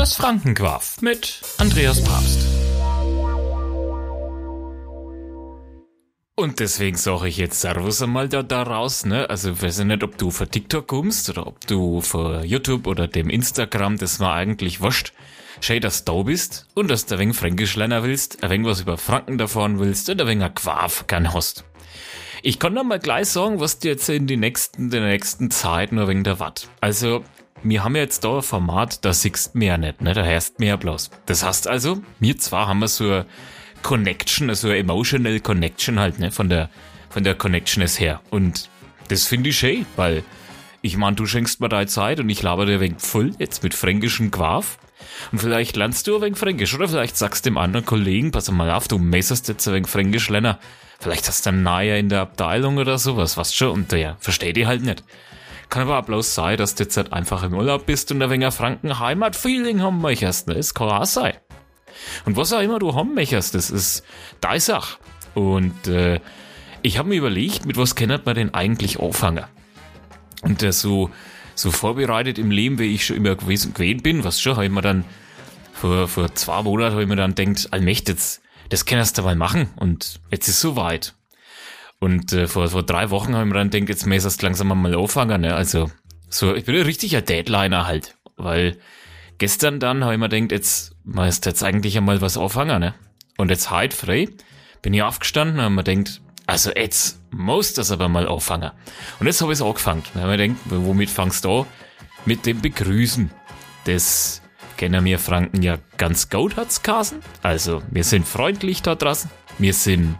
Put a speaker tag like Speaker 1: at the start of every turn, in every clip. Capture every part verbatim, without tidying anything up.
Speaker 1: Das Frankenquaff mit Andreas Papst. Und deswegen sage ich jetzt Servus einmal da, da raus, ne? Also ich weiß ja nicht, ob du von TikTok kommst oder ob du von YouTube oder dem Instagram, das war eigentlich wurscht. Schön, dass du da bist und dass du ein wenig Fränkisch lernen willst, ein wenig was über Franken davon willst und ein wenig ein Quaff gern hast. Ich kann dann mal gleich sagen, was dir jetzt in die nächsten, der nächsten Zeit nur wegen der Watt. Also, wir haben ja jetzt da ein Format, da siehst mehr nicht, ne? Da hörst mehr bloß. Das heißt also, wir zwar haben wir so eine Connection, also eine emotional Connection halt, ne? Von der, von der Connection ist her. Und das finde ich schön, weil ich meine, du schenkst mir deine Zeit und ich laber dir ein wenig voll jetzt mit fränkischem Quaff. Und vielleicht lernst du ein wenig Fränkisch oder vielleicht sagst dem anderen Kollegen, pass mal auf, du messerst jetzt ein wenig Fränkisch lernen. Vielleicht hast du einen Naja in der Abteilung oder sowas, weißt schon, und der versteht die halt nicht. Kann aber auch bloß sein, dass du jetzt halt einfach im Urlaub bist und ein wenig Franken-Heimat-Feeling haben möchtest, ne? Das kann auch sein. Und was auch immer du haben möchtest, das ist deine Sache. Und äh, ich habe mir überlegt, mit was kann man denn eigentlich anfangen? Und äh, so, so vorbereitet im Leben, wie ich schon immer gewesen, gewesen bin, was schon, habe ich mir dann vor, vor zwei Monaten habe ich mir dann gedacht, allmächtig, jetzt, das kannst du mal machen und jetzt ist es soweit. Und äh, vor, vor drei Wochen habe ich mir dann gedacht, jetzt müsstest du langsam mal anfangen, ne? Also, so, ich bin ein richtiger Deadliner halt, weil gestern dann habe ich mir gedacht, jetzt musst du jetzt eigentlich einmal was anfangen, ne? Und jetzt heute frei bin ich aufgestanden und habe mir gedacht, also jetzt muss das aber mal anfangen. Und jetzt habe ich es angefangen. Dann habe ich mir gedacht, womit fangst du an? Mit dem Begrüßen. Das kennen wir Franken ja ganz gut, hat's geheißen. Also, wir sind freundlich da draußen. Wir sind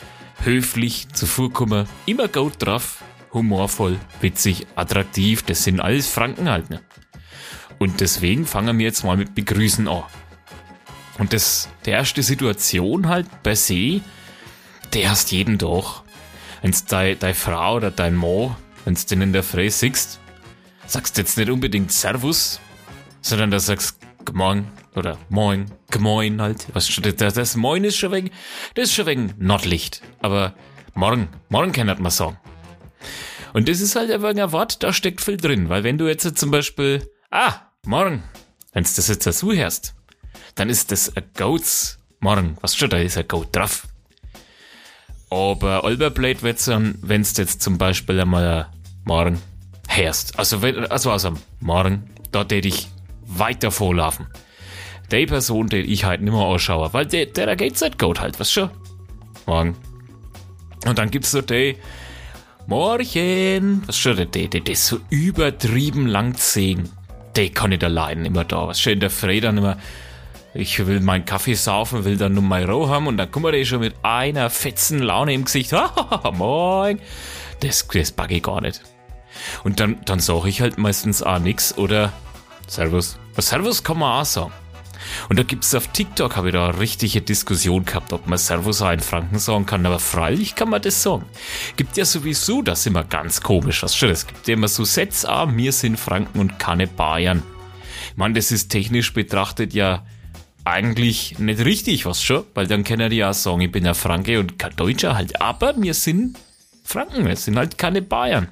Speaker 1: höflich, zuvorkommen, immer gut drauf, humorvoll, witzig, attraktiv. Das sind alles Franken halt, ne? Und deswegen fangen wir jetzt mal mit Begrüßen an. Und das, die erste Situation halt per se, der hast jeden Tag. Wenn's deine dein Frau oder dein Mann, wenn's den in der Früh siehst, sagst jetzt nicht unbedingt Servus, sondern da sagst G'morgen oder Moin, G'moin halt. Was, das, das Moin ist schon wegen, das ist schon wegen Nordlicht. Aber morgen, morgen kann man sagen. Und das ist halt einfach ein Wort, da steckt viel drin. Weil wenn du jetzt zum Beispiel, ah, morgen, wenn's das jetzt dazu hörst, dann ist das ein Goats morgen. Was schon, da ist ein Goat drauf. Aber Alberblade wird's dann, wenn's jetzt zum Beispiel einmal morgen hörst. Also, wenn, also, also, morgen, da tät ich weiter vorlaufen. Die Person, die ich halt nicht mehr anschaue, weil der, der geht's halt gut halt, was schon? Morgen. Und dann gibt's so die, Morgen, was schon, die, die, die so übertrieben lang ziehen. Die kann ich allein immer da, was schon in der Früh dann immer, ich will meinen Kaffee saufen, will dann nur mein Roh haben und dann kommen die schon mit einer fetzen Laune im Gesicht, Morgen. Das, das bug ich gar nicht. Und dann, dann sage ich halt meistens auch nix oder Servus. Servus kann man auch sagen. Und da gibt's auf TikTok, habe ich da eine richtige Diskussion gehabt, ob man Servus auch in Franken sagen kann, aber freilich kann man das sagen. Gibt ja sowieso, das ist immer ganz komisch, was schon, es gibt ja immer so Sätze, ah, wir sind Franken und keine Bayern. Ich meine, das ist technisch betrachtet ja eigentlich nicht richtig, was schon, weil dann können die ja sagen, ich bin ein Franke und kein Deutscher halt, aber wir sind Franken, wir sind halt keine Bayern.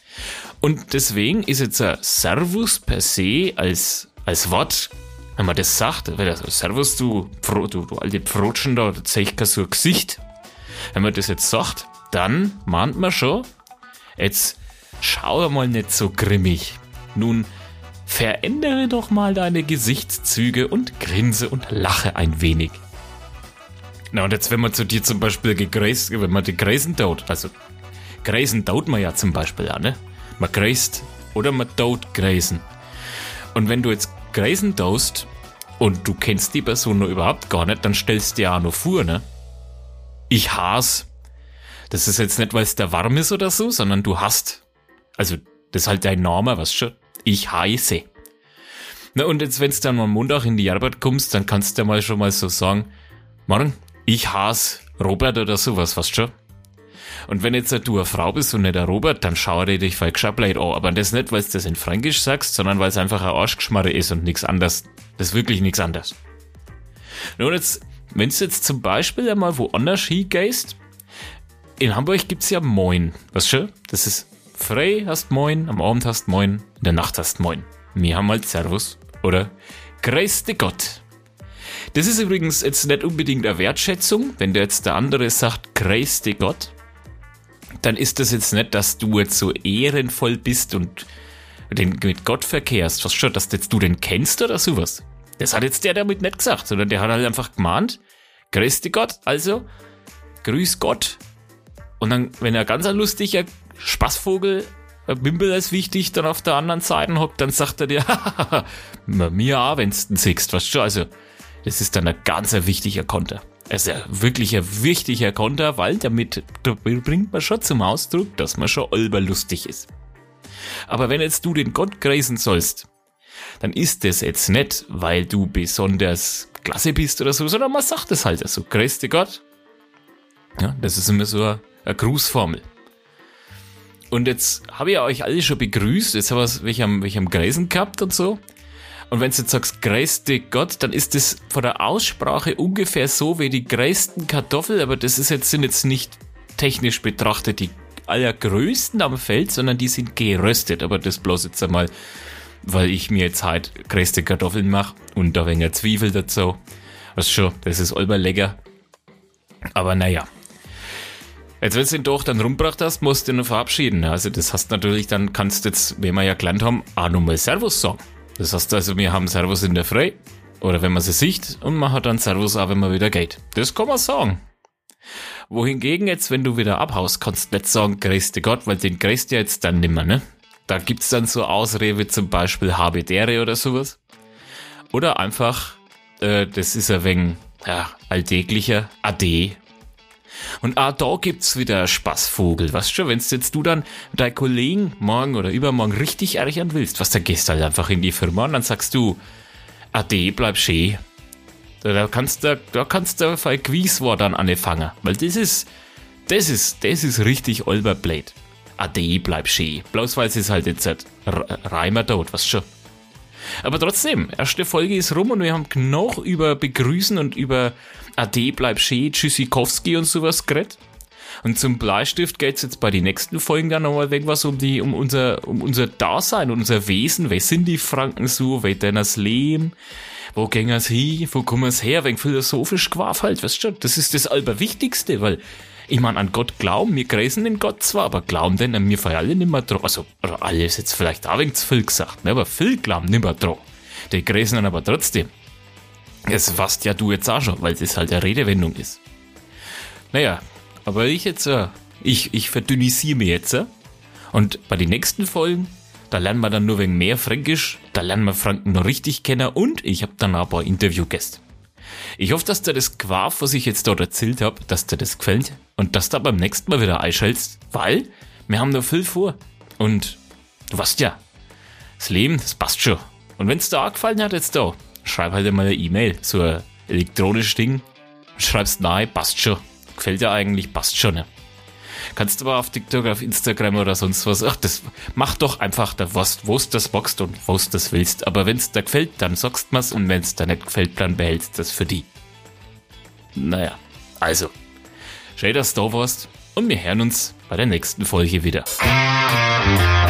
Speaker 1: Und deswegen ist jetzt ein Servus per se als, als Wort, wenn man das sagt, wenn das Servus, du, du, du alte Pfrotschen da, da zeigt kein so ein Gesicht. Wenn man das jetzt sagt, dann mahnt man schon, jetzt schau mal nicht so grimmig. Nun, verändere doch mal deine Gesichtszüge und grinse und lache ein wenig. Na und jetzt, wenn man zu dir zum Beispiel gegräßt, wenn man die gräsen tut, also gräsen tut man ja zum Beispiel ja, ne? Man gräst oder man tut gräsen. Und wenn du jetzt gräsen tust und du kennst die Person noch überhaupt gar nicht, dann stellst du dir auch noch vor, ne? Ich hasse. Das ist jetzt nicht, weil es da warm ist oder so, sondern du hast. Also, das ist halt dein Name, was schon. Ich heiße. Na und jetzt, wenn du dann am Montag in die Arbeit kommst, dann kannst du ja mal schon mal so sagen, morgen, ich hasse Robert oder sowas, was schon. Und wenn jetzt du eine Frau bist und nicht ein Robert, dann schau dir dich falsch an. Aber das nicht, weil du das in Fränkisch sagst, sondern weil es einfach ein Arschgeschmarre ist und nichts anderes. Das ist wirklich nichts anderes. Und jetzt, wenn du jetzt zum Beispiel einmal woanders hingehst, in Hamburg gibt's ja Moin. Was schon? Das ist frei hast Moin, am Abend hast Moin, in der Nacht hast Moin. Wir haben halt Servus Oder grüßte Gott. Das ist übrigens jetzt nicht unbedingt eine Wertschätzung, wenn der jetzt der andere sagt, grüßte Gott, dann ist das jetzt nicht, dass du jetzt so ehrenvoll bist und den mit Gott verkehrst. Was schon, dass jetzt du den kennst oder sowas. Das hat jetzt der damit nicht gesagt, sondern der hat halt einfach gemahnt, grüßte Gott, also grüß Gott. Und dann, wenn er ganz ein lustiger Spaßvogel, ein Bimbel ist wichtig, dann auf der anderen Seite hockt, dann sagt er dir, hahaha, mir auch, wenn's den siehst, weißt du, also das ist dann ein ganz ein wichtiger Konter. Also wirklich ein wichtiger Konter, weil damit bringt man schon zum Ausdruck, dass man schon lustig ist. Aber wenn jetzt du den Gott grüßen sollst, dann ist das jetzt nicht, weil du besonders klasse bist oder so, sondern man sagt es halt so, grüßte Gott. Ja, das ist immer so eine, eine Grußformel. Und jetzt habe ich euch alle schon begrüßt, jetzt habe ich am, am Grüßen gehabt und so. Und wenn du jetzt sagst, grüßte Gott, dann ist das von der Aussprache ungefähr so wie die größten Kartoffel, aber das ist jetzt, sind jetzt nicht technisch betrachtet die allergrößten am Feld, sondern die sind geröstet. Aber das bloß jetzt einmal, weil ich mir jetzt halt größte Kartoffeln mache und da wenig Zwiebel dazu. Was schon, das ist allbar lecker. Aber naja. Jetzt, wenn du den doch dann rumgebracht hast, musst du ihn noch verabschieden. Also das heißt natürlich, dann kannst du jetzt, wie wir ja gelernt haben, auch nochmal Servus sagen. Das heißt also, wir haben Servus in der Früh, oder wenn man sie sieht, und man hat dann Servus auch, wenn man wieder geht. Das kann man sagen. Wohingegen jetzt, wenn du wieder abhaust, kannst du nicht sagen, grüßte Gott, weil den grüßt ja jetzt dann nimmer, ne? Da gibt's dann so Ausrede wie zum Beispiel Habedere oder sowas. Oder einfach, äh, das ist ein wenig, ja, alltäglicher Ade. Und auch da gibt's wieder einen Spaßvogel, weißt du, wenn's jetzt du dann deinen Kollegen morgen oder übermorgen richtig ärgern willst, was, da gehst halt einfach in die Firma und dann sagst du, Ade, bleib schön. Da, da kannst du, da kannst du auf ein Quizwort dann anfangen, weil das ist, das ist, das ist richtig olberblöd. Ade, bleib schön. Bloß weil es halt jetzt halt Reimer tot, was schon. Aber trotzdem, erste Folge ist rum und wir haben noch über Begrüßen und über Ade, bleib schön, Tschüssikowski und sowas geredet. Und zum Bleistift geht's jetzt bei den nächsten Folgen dann nochmal irgendwas um die, um unser, um unser Dasein, unser Wesen. Wer sind die Franken so? Wer denn das Leben? Wo gehen sie hin? Wo kommen sie her? Wegen philosophisch Quaf halt, weißt du? Das ist das Allerwichtigste, weil ich meine, an Gott glauben, wir grüßen den Gott zwar, aber glauben denn an mir für alle nimmer dran. Also, alle ist jetzt vielleicht auch wegen zu viel gesagt, ne? Aber viel glauben nimmer dran. Die grüßen dann aber trotzdem. Das fasst ja du jetzt auch schon, weil es halt eine Redewendung ist. Naja, aber ich jetzt, äh, ich, ich verdünnisiere mich jetzt. Äh, und bei den nächsten Folgen, da lernen wir dann nur wegen mehr Fränkisch, da lernen wir Franken noch richtig kennen und ich habe dann auch ein paar Interviewgäste. Ich hoffe, dass dir das Quaf, was ich jetzt dort erzählt habe, dass dir das gefällt und dass du beim nächsten Mal wieder einschaltest, weil wir haben noch viel vor. Und du weißt ja, das Leben, das passt schon. Und wenn es dir auch gefallen hat jetzt da, schreib halt mal eine E-Mail, so ein elektronisches Ding, schreibst nein, passt schon. Gefällt dir eigentlich, passt schon. Ne? Kannst du aber auf TikTok, auf Instagram oder sonst was, ach, das mach doch einfach, da was, wo es das boxt und wo es das willst. Aber wenn es dir gefällt, dann sagst du mir's und wenn es dir nicht gefällt, dann behältst du das für die. Naja, also, schön, dass du da warst und wir hören uns bei der nächsten Folge wieder.